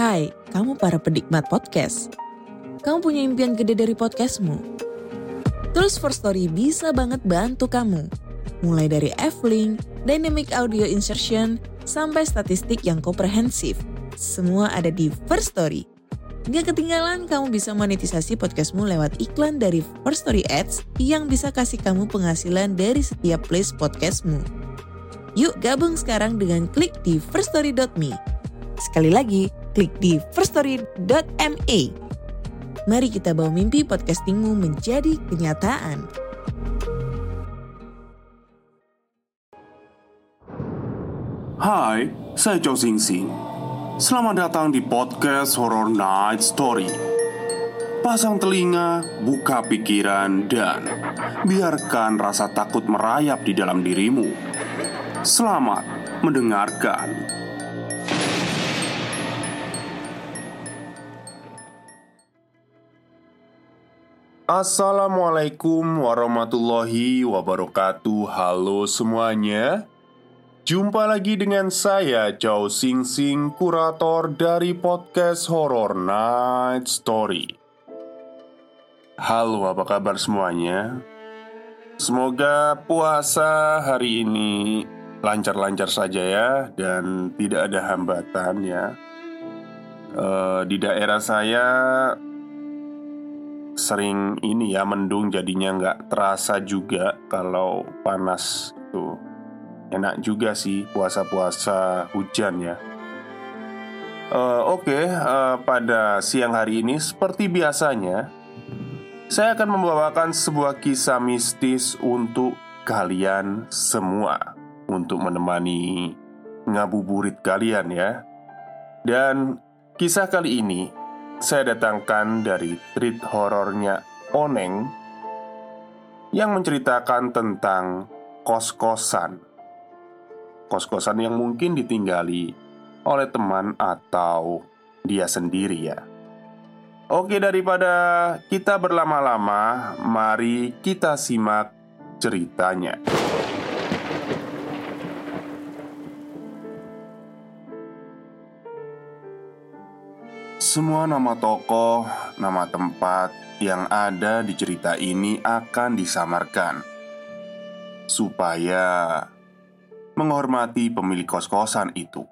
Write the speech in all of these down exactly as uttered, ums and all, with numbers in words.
Hai, kamu para penikmat podcast. Kamu punya impian gede dari podcastmu? Terus First Story bisa banget bantu kamu. Mulai dari F-Link, Dynamic Audio Insertion, sampai statistik yang komprehensif. Semua ada di First Story. Gak ketinggalan kamu bisa monetisasi podcastmu lewat iklan dari First Story Ads yang bisa kasih kamu penghasilan dari setiap place podcastmu. Yuk gabung sekarang dengan klik di first story dot me. Sekali lagi, klik di first story dot me. Mari kita bawa mimpi podcastingmu menjadi kenyataan. Hai, saya Chow Sing Sing. Selamat datang di podcast Horror Night Story. Pasang telinga, buka pikiran, dan biarkan rasa takut merayap di dalam dirimu. Selamat mendengarkan. Assalamualaikum warahmatullahi wabarakatuh. Halo semuanya. Jumpa lagi dengan saya, Chow Sing Sing, kurator dari podcast Horror Night Story. Halo, apa kabar semuanya? Semoga puasa hari ini lancar-lancar saja ya, dan tidak ada hambatan ya. e, Di daerah saya sering ini ya, mendung, jadinya nggak terasa juga kalau panas tuh. Enak juga sih puasa-puasa hujan ya. uh, Oke, okay, uh, pada siang hari ini seperti biasanya saya akan membawakan sebuah kisah mistis untuk kalian semua, untuk menemani ngabuburit kalian ya. Dan kisah kali ini saya datangkan dari treat horornya Oneng, yang menceritakan tentang kos-kosan. Kos-kosan yang mungkin ditinggali oleh teman atau dia sendiri ya. Oke, daripada kita berlama-lama, mari kita simak ceritanya. Semua nama tokoh, nama tempat yang ada di cerita ini akan disamarkan supaya menghormati pemilik kos-kosan itu.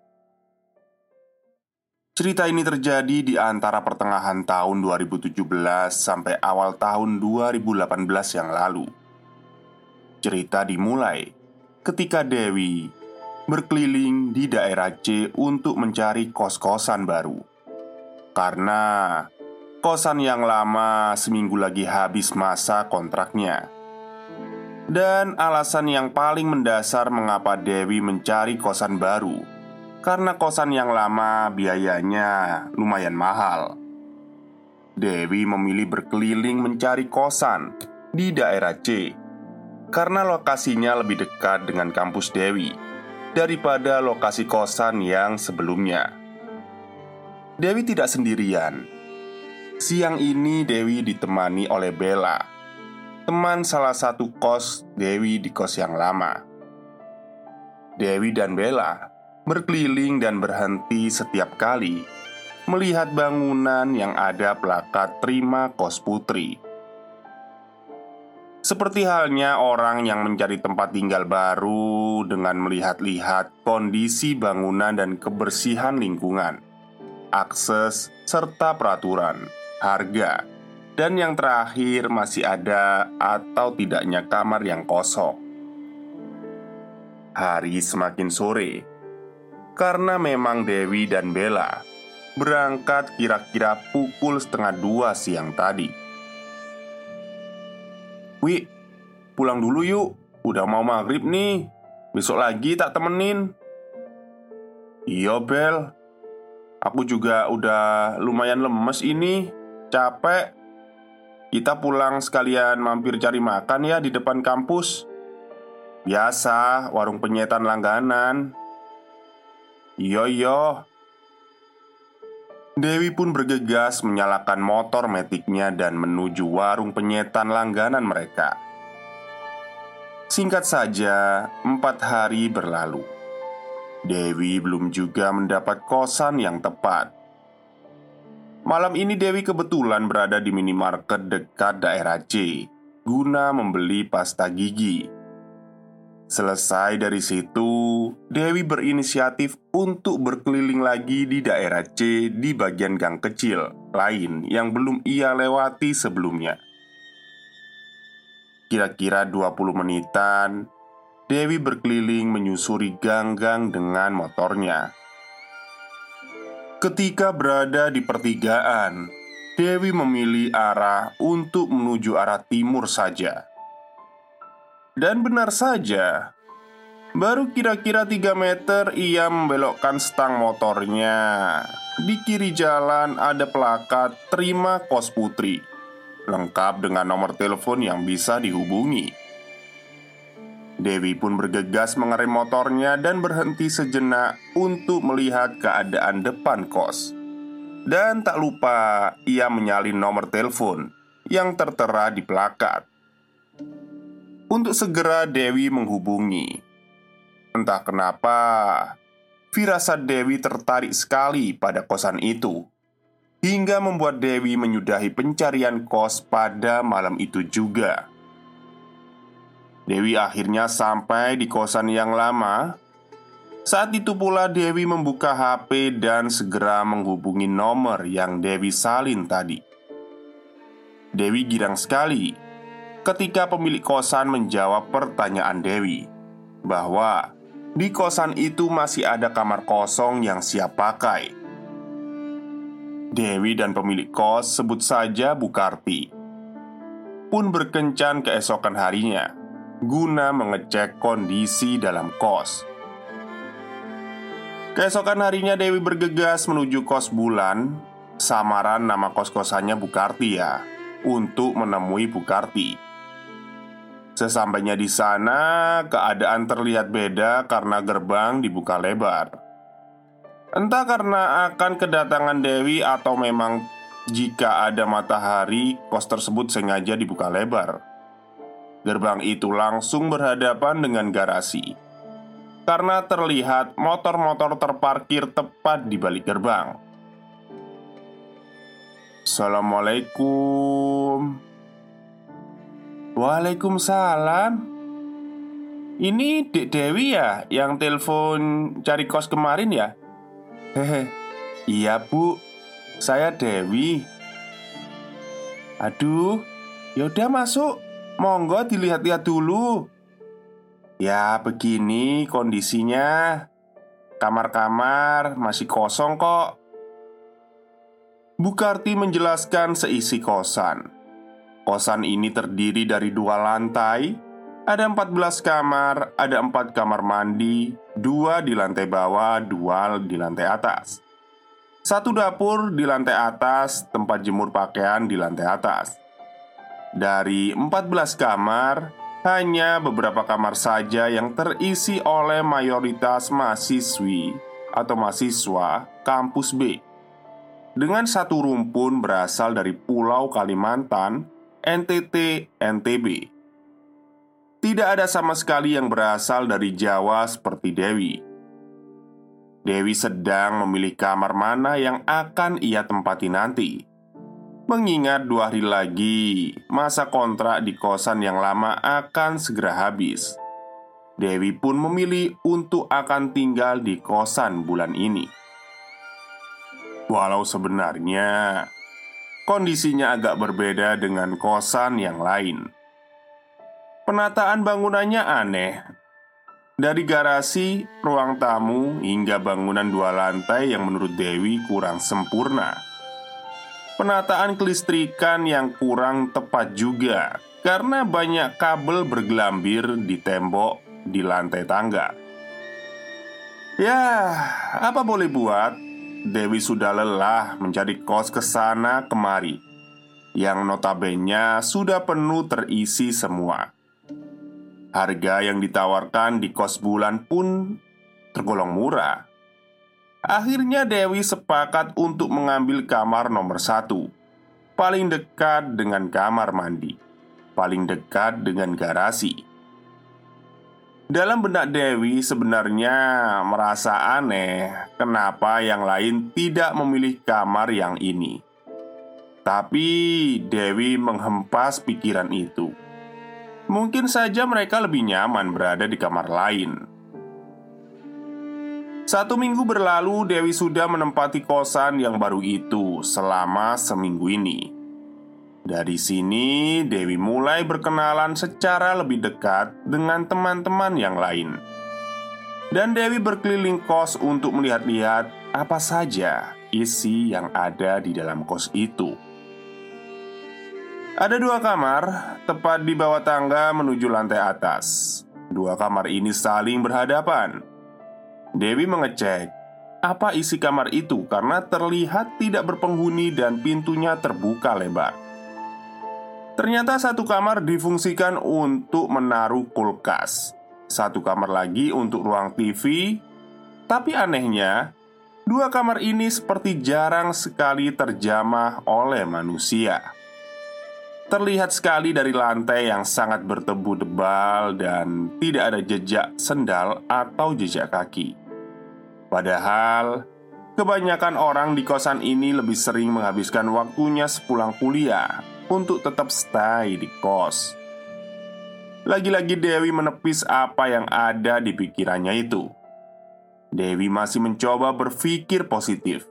Cerita ini terjadi di antara pertengahan tahun dua ribu tujuh belas sampai awal tahun dua ribu delapan belas yang lalu. Cerita dimulai ketika Dewi berkeliling di daerah C untuk mencari kos-kosan baru, karena kosan yang lama seminggu lagi habis masa kontraknya. Dan alasan yang paling mendasar mengapa Dewi mencari kosan baru, karena kosan yang lama biayanya lumayan mahal. Dewi memilih berkeliling mencari kosan di daerah C karena lokasinya lebih dekat dengan kampus Dewi daripada lokasi kosan yang sebelumnya. Dewi tidak sendirian. Siang ini Dewi ditemani oleh Bella, teman salah satu kos Dewi di kos yang lama. Dewi dan Bella berkeliling dan berhenti setiap kali melihat bangunan yang ada plakat terima kos putri. Seperti halnya orang yang mencari tempat tinggal baru dengan melihat-lihat kondisi bangunan dan kebersihan lingkungan, akses serta peraturan, harga, dan yang terakhir masih ada atau tidaknya kamar yang kosong. Hari semakin sore, karena memang Dewi dan Bella berangkat kira-kira pukul setengah dua siang tadi. "Wi, pulang dulu yuk, udah mau maghrib nih. Besok lagi tak temenin." "Iya Bel, aku juga udah lumayan lemes ini, capek. Kita pulang sekalian mampir cari makan ya di depan kampus. Biasa, warung penyetan langganan." "Iya, iya." Dewi pun bergegas menyalakan motor metiknya dan menuju warung penyetan langganan mereka. Singkat saja, empat hari berlalu. Dewi belum juga mendapat kosan yang tepat Malam ini Dewi kebetulan berada di minimarket dekat daerah C guna membeli pasta gigi. Selesai dari situ, Dewi berinisiatif untuk berkeliling lagi di daerah C di bagian gang kecil lain yang belum ia lewati sebelumnya. Kira-kira dua puluh menitan, Dewi berkeliling menyusuri gang-gang dengan motornya. Ketika berada di pertigaan, Dewi memilih arah untuk menuju arah timur saja. Dan benar saja, baru kira-kira tiga meter ia membelokkan stang motornya. Di kiri jalan ada plakat "Terima Kos Putri", lengkap dengan nomor telepon yang bisa dihubungi. Dewi pun bergegas mengerem motornya dan berhenti sejenak untuk melihat keadaan depan kos. Dan tak lupa ia menyalin nomor telepon yang tertera di plakat. Untuk segera Dewi menghubungi. Entah kenapa, firasat Dewi tertarik sekali pada kosan itu, hingga membuat Dewi menyudahi pencarian kos pada malam itu juga. Dewi akhirnya sampai di kosan yang lama. Saat itu pula Dewi membuka H P dan segera menghubungi nomor yang Dewi salin tadi. Dewi girang sekali ketika pemilik kosan menjawab pertanyaan Dewi bahwa di kosan itu masih ada kamar kosong yang siap pakai. Dewi dan pemilik kos, sebut saja Bu Karti, pun berkencan keesokan harinya guna mengecek kondisi dalam kos. Keesokan harinya Dewi bergegas menuju kos Bulan, samaran nama kos-kosannya Bu Karti ya, untuk menemui Bu Karti. Sesampainya di sana, keadaan terlihat beda karena gerbang dibuka lebar. Entah karena akan kedatangan Dewi atau memang jika ada matahari, kos tersebut sengaja dibuka lebar. Gerbang itu langsung berhadapan dengan garasi, karena terlihat motor-motor terparkir tepat di balik gerbang. Assalamualaikum. Waalaikumsalam. Ini Dek Dewi ya yang telepon cari kos kemarin ya? Hehe. Iya Bu, saya Dewi. Aduh, yaudah masuk. Monggo dilihat-lihat dulu. Ya begini kondisinya. Kamar-kamar masih kosong kok. Bu Karti menjelaskan seisi kosan. Kosan ini terdiri dari dua lantai. Ada empat belas kamar. Ada empat kamar mandi, dua di lantai bawah, dua di lantai atas. Satu dapur di lantai atas, tempat jemur pakaian di lantai atas. Dari empat belas kamar, hanya beberapa kamar saja yang terisi oleh mayoritas mahasiswi atau mahasiswa kampus B, dengan satu rumpun berasal dari Pulau Kalimantan, N T T, N T B. Tidak ada sama sekali yang berasal dari Jawa seperti Dewi. Dewi sedang memilih kamar mana yang akan ia tempati nanti, mengingat dua hari lagi masa kontrak di kosan yang lama akan segera habis. Dewi pun memilih untuk akan tinggal di kosan Bulan ini. Walau sebenarnya kondisinya agak berbeda dengan kosan yang lain. Penataan bangunannya aneh. Dari garasi, ruang tamu, hingga bangunan dua lantai yang menurut Dewi kurang sempurna. Penataan kelistrikan yang kurang tepat juga, karena banyak kabel bergelambir di tembok di lantai tangga. Ya, apa boleh buat, Dewi sudah lelah mencari kos kesana kemari, yang notabene sudah penuh terisi semua. Harga yang ditawarkan di kos Bulan pun tergolong murah. Akhirnya Dewi sepakat untuk mengambil kamar nomor satu, paling dekat dengan kamar mandi, paling dekat dengan garasi. Dalam benak Dewi sebenarnya merasa aneh kenapa yang lain tidak memilih kamar yang ini, Tapi Dewi menghempas pikiran itu. Mungkin saja mereka lebih nyaman berada di kamar lain. Satu minggu berlalu, Dewi sudah menempati kosan yang baru itu selama seminggu ini. Dari sini, Dewi mulai berkenalan secara lebih dekat dengan teman-teman yang lain. Dan Dewi berkeliling kos untuk melihat-lihat apa saja isi yang ada di dalam kos itu. Ada dua kamar, tepat di bawah tangga menuju lantai atas. Dua kamar ini saling berhadapan. Dewi mengecek apa isi kamar itu karena terlihat tidak berpenghuni dan pintunya terbuka lebar. Ternyata satu kamar difungsikan untuk menaruh kulkas, satu kamar lagi untuk ruang T V. Tapi anehnya, dua kamar ini seperti jarang sekali terjamah oleh manusia. Terlihat sekali dari lantai yang sangat bertebu tebal dan tidak ada jejak sendal atau jejak kaki. Padahal, kebanyakan orang di kosan ini lebih sering menghabiskan waktunya sepulang kuliah untuk tetap stay di kos. Lagi-lagi Dewi menepis apa yang ada di pikirannya itu. Dewi masih mencoba berpikir positif.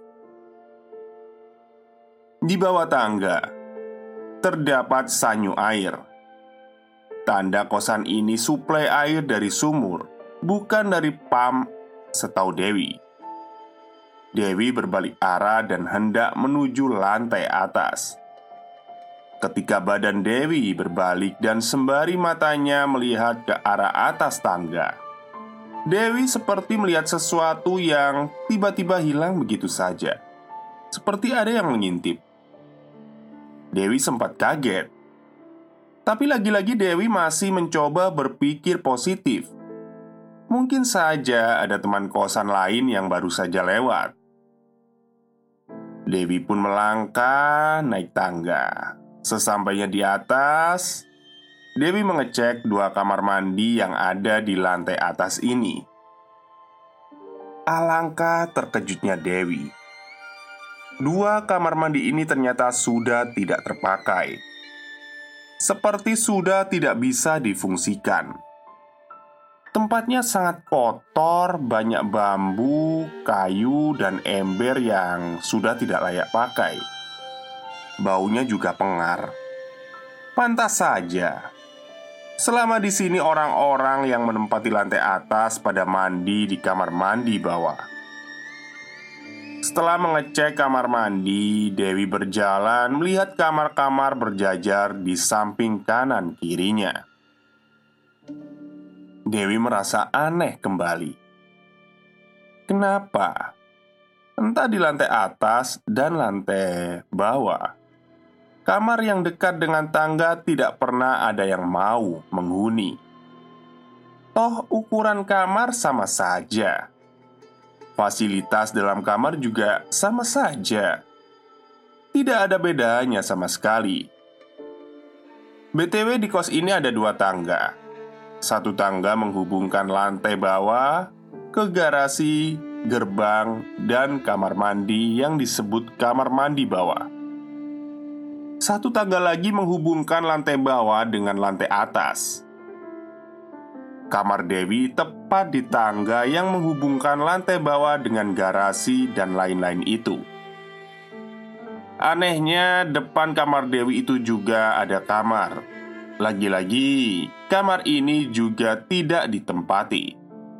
Di bawah tangga terdapat sanyu air. Tanda kosan ini suplai air dari sumur, bukan dari pam, setahu Dewi. Dewi berbalik arah dan hendak menuju lantai atas. Ketika badan Dewi berbalik dan sembari matanya melihat ke arah atas tangga, Dewi seperti melihat sesuatu yang tiba-tiba hilang begitu saja, seperti ada yang mengintip. Dewi sempat kaget. Tapi lagi-lagi Dewi masih mencoba berpikir positif. Mungkin saja ada teman kosan lain yang baru saja lewat. Dewi pun melangkah naik tangga. Sesampainya di atas, Dewi mengecek dua kamar mandi yang ada di lantai atas ini. Alangkah terkejutnya Dewi. Dua kamar mandi ini ternyata sudah tidak terpakai. Seperti sudah tidak bisa difungsikan. Tempatnya sangat kotor, banyak bambu, kayu, dan ember yang sudah tidak layak pakai. Baunya juga pengar. Pantas saja. Selama di sini orang-orang yang menempati lantai atas pada mandi di kamar mandi bawah. Setelah mengecek kamar mandi, Dewi berjalan melihat kamar-kamar berjajar di samping kanan kirinya. Dewi merasa aneh kembali. Kenapa? Entah di lantai atas dan lantai bawah, kamar yang dekat dengan tangga tidak pernah ada yang mau menghuni. Toh ukuran kamar sama saja. Fasilitas dalam kamar juga sama saja. Tidak ada bedanya sama sekali. B T W di kos ini ada dua tangga. Satu tangga menghubungkan lantai bawah ke garasi, gerbang, dan kamar mandi yang disebut kamar mandi bawah. Satu tangga lagi menghubungkan lantai bawah dengan lantai atas. Kamar Dewi tepat di tangga yang menghubungkan lantai bawah dengan garasi dan lain-lain itu. Anehnya, depan kamar Dewi itu juga ada kamar. Lagi-lagi, kamar ini juga tidak ditempati.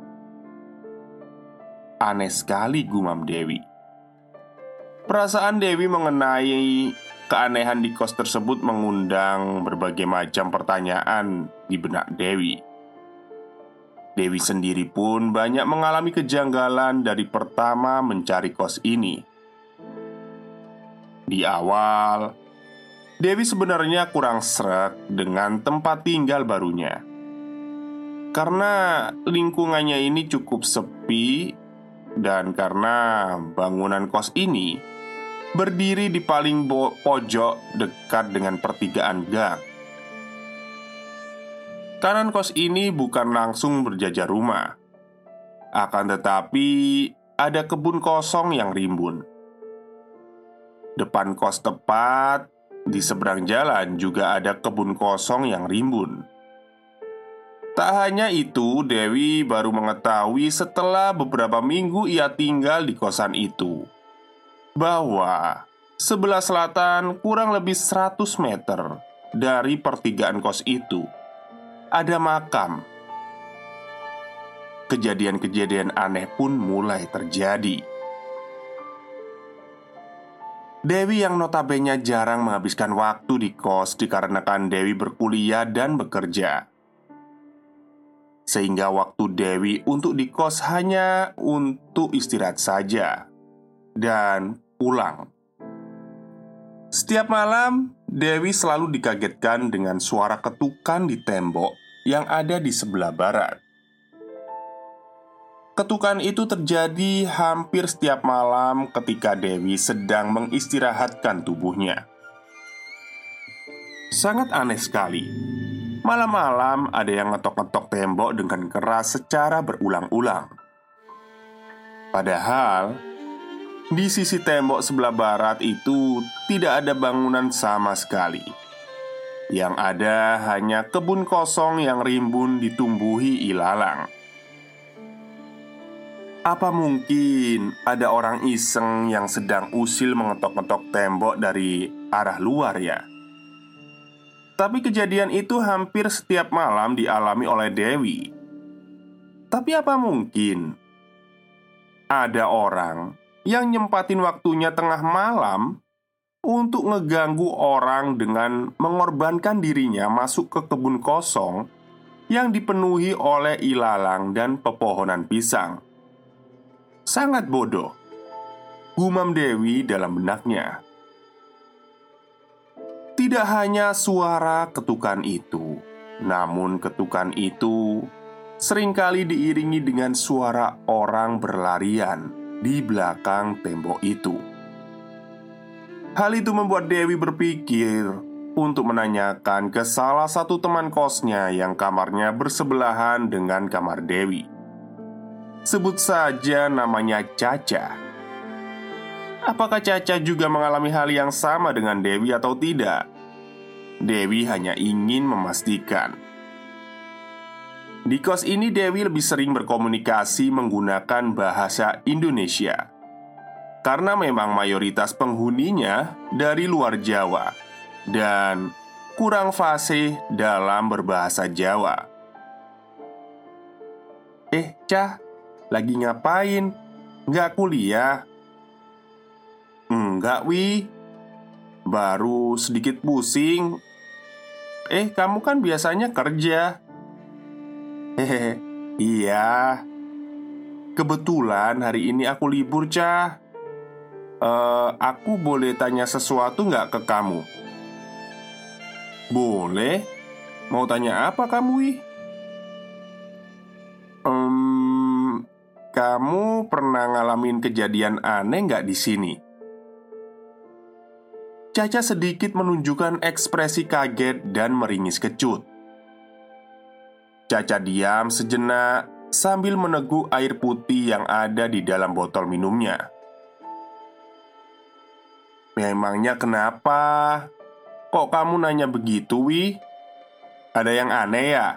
Aneh sekali, gumam Dewi. Perasaan Dewi mengenai keanehan di kos tersebut mengundang berbagai macam pertanyaan di benak Dewi. Dewi sendiri pun banyak mengalami kejanggalan dari pertama mencari kos ini. Di awal, Dewi sebenarnya kurang sreg dengan tempat tinggal barunya. Karena lingkungannya ini cukup sepi dan karena bangunan kos ini berdiri di paling pojok dekat dengan pertigaan gang. Kanan kos ini bukan langsung berjajar rumah. Akan tetapi ada kebun kosong yang rimbun. Depan kos tepat di seberang jalan juga ada kebun kosong yang rimbun. Tak hanya itu, Dewi baru mengetahui setelah beberapa minggu ia tinggal di kosan itu bahwa sebelah selatan kurang lebih seratus meter dari pertigaan kos itu ada makam. Kejadian-kejadian aneh pun mulai terjadi. Dewi yang notabene jarang menghabiskan waktu di kos dikarenakan Dewi berkuliah dan bekerja, sehingga waktu Dewi untuk di kos hanya untuk istirahat saja dan pulang. Setiap malam, Dewi selalu dikagetkan dengan suara ketukan di tembok yang ada di sebelah barat. Ketukan itu terjadi hampir setiap malam ketika Dewi sedang mengistirahatkan tubuhnya. Sangat aneh sekali. Malam-malam ada yang ngetok-ngetok tembok dengan keras secara berulang-ulang. Padahal di sisi tembok sebelah barat itu tidak ada bangunan sama sekali. Yang ada hanya kebun kosong yang rimbun ditumbuhi ilalang. Apa mungkin ada orang iseng yang sedang usil mengetok-ngetok tembok dari arah luar ya? Tapi kejadian itu hampir setiap malam dialami oleh Dewi. Tapi apa mungkin ada orang yang nyempatin waktunya tengah malam untuk ngeganggu orang dengan mengorbankan dirinya masuk ke kebun kosong yang dipenuhi oleh ilalang dan pepohonan pisang? Sangat bodoh, gumam Dewi dalam benaknya. Tidak hanya suara ketukan itu, namun ketukan itu seringkali diiringi dengan suara orang berlarian di belakang tembok itu. Hal itu membuat Dewi berpikir untuk menanyakan ke salah satu teman kosnya yang kamarnya bersebelahan dengan kamar Dewi. Sebut saja namanya Caca. Apakah Caca juga mengalami hal yang sama dengan Dewi atau tidak? Dewi hanya ingin memastikan. Di kos ini Dewi lebih sering berkomunikasi menggunakan bahasa Indonesia, karena memang mayoritas penghuninya dari luar Jawa dan kurang fasih dalam berbahasa Jawa. Eh, Cah, lagi ngapain? Nggak kuliah? Enggak, Wi. Baru sedikit pusing. Eh, kamu kan biasanya kerja. Hehehe, iya. Kebetulan hari ini aku libur, Cah. Eh, aku boleh tanya sesuatu nggak ke kamu? Boleh. Mau tanya apa kamu, Wi? Hmm, kamu pernah ngalamin kejadian aneh nggak di sini? Caca sedikit menunjukkan ekspresi kaget dan meringis kecut. Caca diam sejenak sambil meneguk air putih yang ada di dalam botol minumnya. Memangnya kenapa? Kok kamu nanya begitu, Wi? Ada yang aneh ya?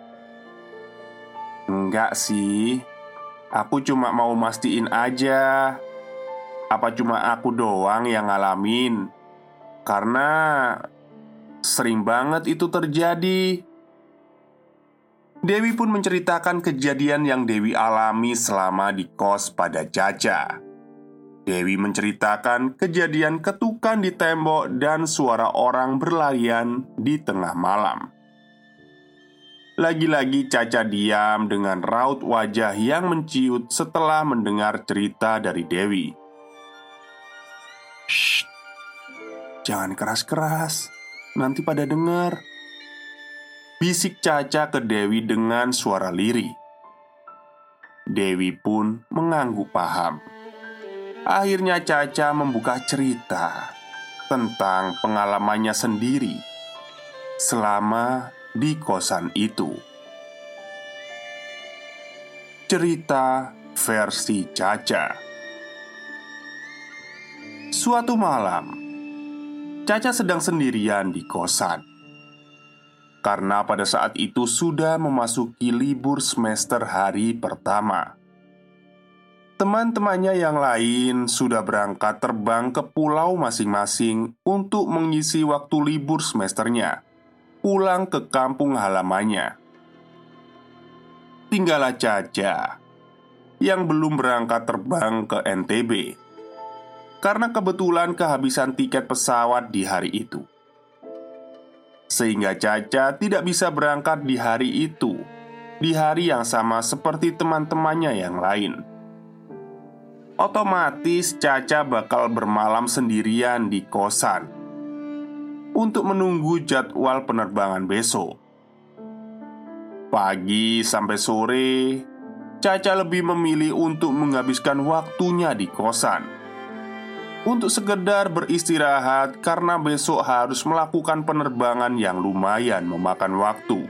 Enggak sih. Aku cuma mau mastiin aja. Apa cuma aku doang yang ngalamin? Karena sering banget itu terjadi. Dewi pun menceritakan kejadian yang Dewi alami selama di kos pada Caca. Dewi menceritakan kejadian ketukan di tembok dan suara orang berlarian di tengah malam. Lagi-lagi Caca diam dengan raut wajah yang menciut setelah mendengar cerita dari Dewi. Shh, jangan keras-keras, nanti pada dengar, bisik Caca ke Dewi dengan suara lirih. Dewi pun mengangguk paham. Akhirnya Caca membuka cerita tentang pengalamannya sendiri selama di kosan itu. Cerita versi Caca. Suatu malam, Caca sedang sendirian di kosan. Karena pada saat itu sudah memasuki libur semester hari pertama. Teman-temannya yang lain sudah berangkat terbang ke pulau masing-masing untuk mengisi waktu libur semesternya, pulang ke kampung halamannya. Tinggallah Caca yang belum berangkat terbang ke N T B karena kebetulan kehabisan tiket pesawat di hari itu. Sehingga Caca tidak bisa berangkat di hari itu, di hari yang sama seperti teman-temannya yang lain. Otomatis Caca bakal bermalam sendirian di kosan untuk menunggu jadwal penerbangan besok. Pagi sampai sore, Caca lebih memilih untuk menghabiskan waktunya di kosan untuk sekedar beristirahat karena besok harus melakukan penerbangan yang lumayan memakan waktu.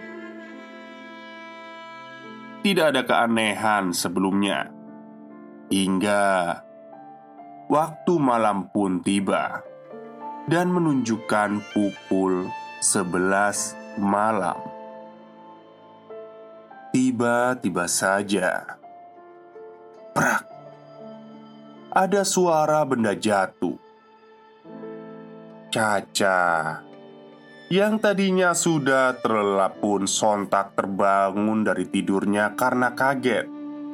Tidak ada keanehan sebelumnya, hingga waktu malam pun tiba dan menunjukkan pukul sebelas malam. Tiba-tiba saja, prak, ada suara benda jatuh. Caca yang tadinya sudah terlelap pun sontak terbangun dari tidurnya karena kaget.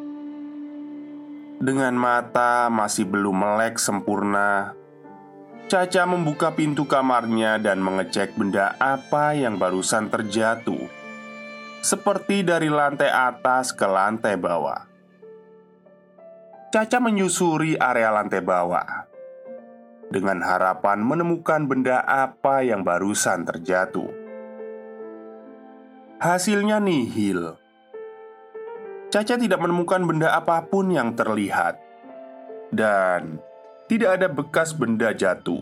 Dengan mata masih belum melek sempurna, Caca membuka pintu kamarnya dan mengecek benda apa yang barusan terjatuh, seperti dari lantai atas ke lantai bawah. Caca menyusuri area lantai bawah dengan harapan menemukan benda apa yang barusan terjatuh. Hasilnya nihil. Caca tidak menemukan benda apapun yang terlihat, dan tidak ada bekas benda jatuh.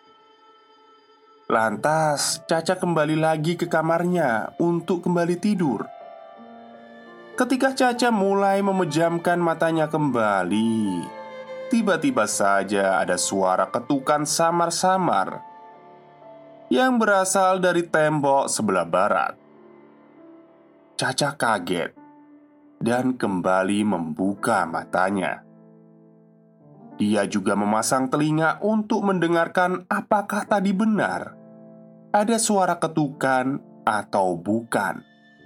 Lantas, Caca kembali lagi ke kamarnya untuk kembali tidur. Ketika Caca mulai memejamkan matanya kembali, tiba-tiba saja ada suara ketukan samar-samar yang berasal dari tembok sebelah barat. Caca kaget dan kembali membuka matanya. Dia juga memasang telinga untuk mendengarkan apakah tadi benar ada suara ketukan atau bukan.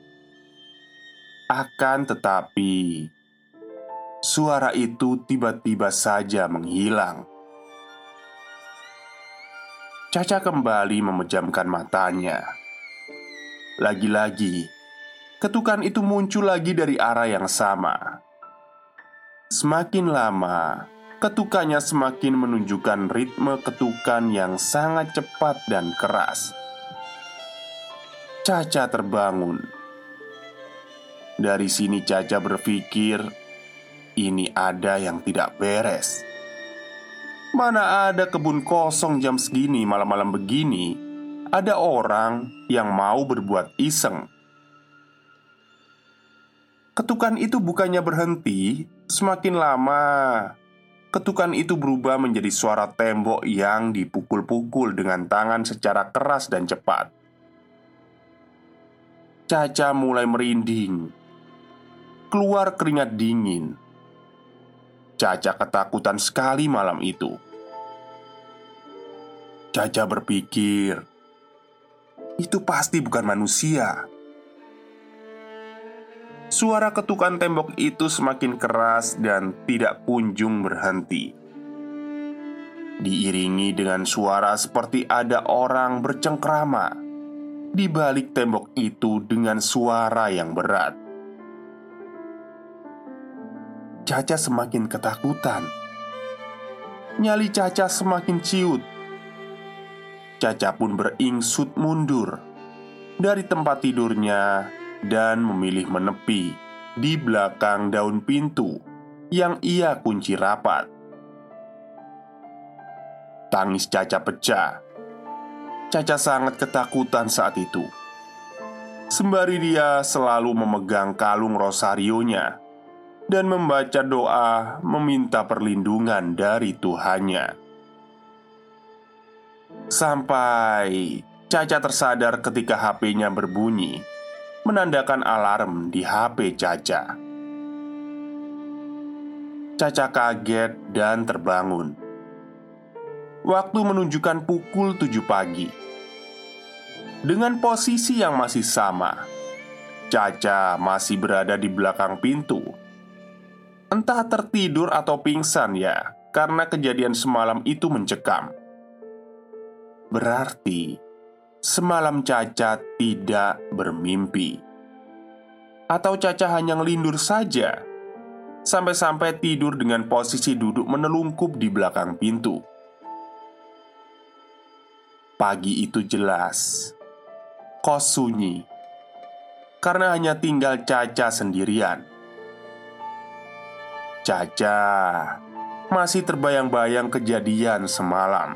Akan tetapi, suara itu tiba-tiba saja menghilang. Caca kembali memejamkan matanya. Lagi-lagi, ketukan itu muncul lagi dari arah yang sama. Semakin lama, ketukannya semakin menunjukkan ritme ketukan yang sangat cepat dan keras. Caca terbangun. Dari sini Caca berpikir, ini ada yang tidak beres. Mana ada kebun kosong jam segini malam-malam begini, ada orang yang mau berbuat iseng. Ketukan itu bukannya berhenti, semakin lama ketukan itu berubah menjadi suara tembok yang dipukul-pukul dengan tangan secara keras dan cepat. Caca mulai merinding, keluar keringat dingin. Caca ketakutan sekali malam itu. Caca berpikir, itu pasti bukan manusia. Suara ketukan tembok itu semakin keras dan tidak kunjung berhenti. Diiringi dengan suara seperti ada orang bercengkrama di balik tembok itu dengan suara yang berat. Caca semakin ketakutan. Nyali Caca semakin ciut. Caca pun beringsut mundur dari tempat tidurnya dan memilih menepi di belakang daun pintu yang ia kunci rapat. Tangis Caca pecah. Caca sangat ketakutan saat itu. Sembari dia selalu memegang kalung rosarionya dan membaca doa meminta perlindungan dari Tuhannya. Sampai Caca tersadar ketika H P-nya berbunyi, menandakan alarm di H P Caca. Caca kaget dan terbangun. Waktu menunjukkan pukul tujuh pagi. Dengan posisi yang masih sama, Caca masih berada di belakang pintu. Entah tertidur atau pingsan ya, karena kejadian semalam itu mencekam. Berarti semalam Caca tidak bermimpi. Atau Caca hanya ngelindur saja, sampai-sampai tidur dengan posisi duduk menelungkup di belakang pintu. Pagi itu jelas kos sunyi, karena hanya tinggal Caca sendirian. Caca masih terbayang-bayang kejadian semalam.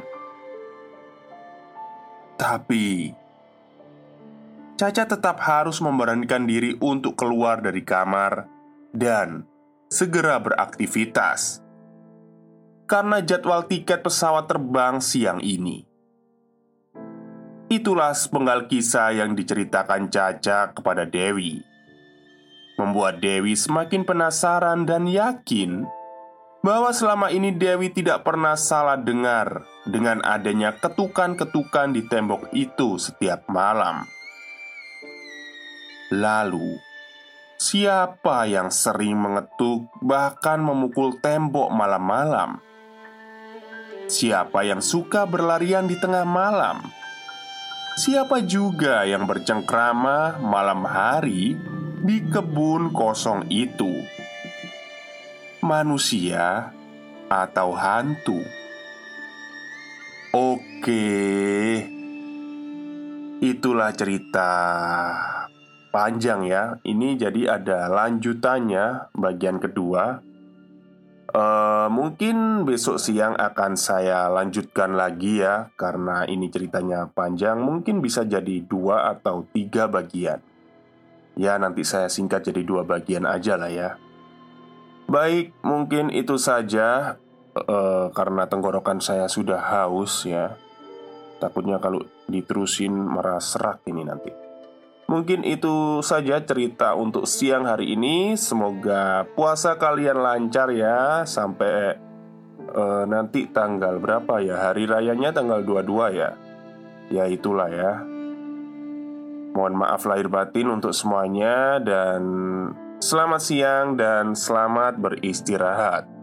Tapi Caca tetap harus memberanikan diri untuk keluar dari kamar dan segera beraktivitas, karena jadwal tiket pesawat terbang siang ini. Itulah sepenggal kisah yang diceritakan Caca kepada Dewi, membuat Dewi semakin penasaran dan yakin bahwa selama ini Dewi tidak pernah salah dengar dengan adanya ketukan-ketukan di tembok itu setiap malam. Lalu, siapa yang sering mengetuk bahkan memukul tembok malam-malam? Siapa yang suka berlarian di tengah malam? Siapa juga yang bercengkrama malam hari di kebun kosong itu? Manusia atau hantu? Oke, itulah cerita panjang ya. Ini jadi ada lanjutannya, bagian kedua. Uh, mungkin besok siang akan saya lanjutkan lagi ya, karena ini ceritanya panjang. Mungkin bisa jadi dua atau tiga bagian. Ya, nanti saya singkat jadi dua bagian aja lah ya. Baik, mungkin itu saja. uh, Karena tenggorokan saya sudah haus ya. Takutnya kalau diterusin merasa serak ini nanti. Mungkin itu saja cerita untuk siang hari ini. Semoga puasa kalian lancar ya. Sampai uh, nanti tanggal berapa ya? Hari rayanya tanggal dua puluh dua ya. Ya itulah ya. Mohon maaf lahir batin untuk semuanya. Dan selamat siang dan selamat beristirahat.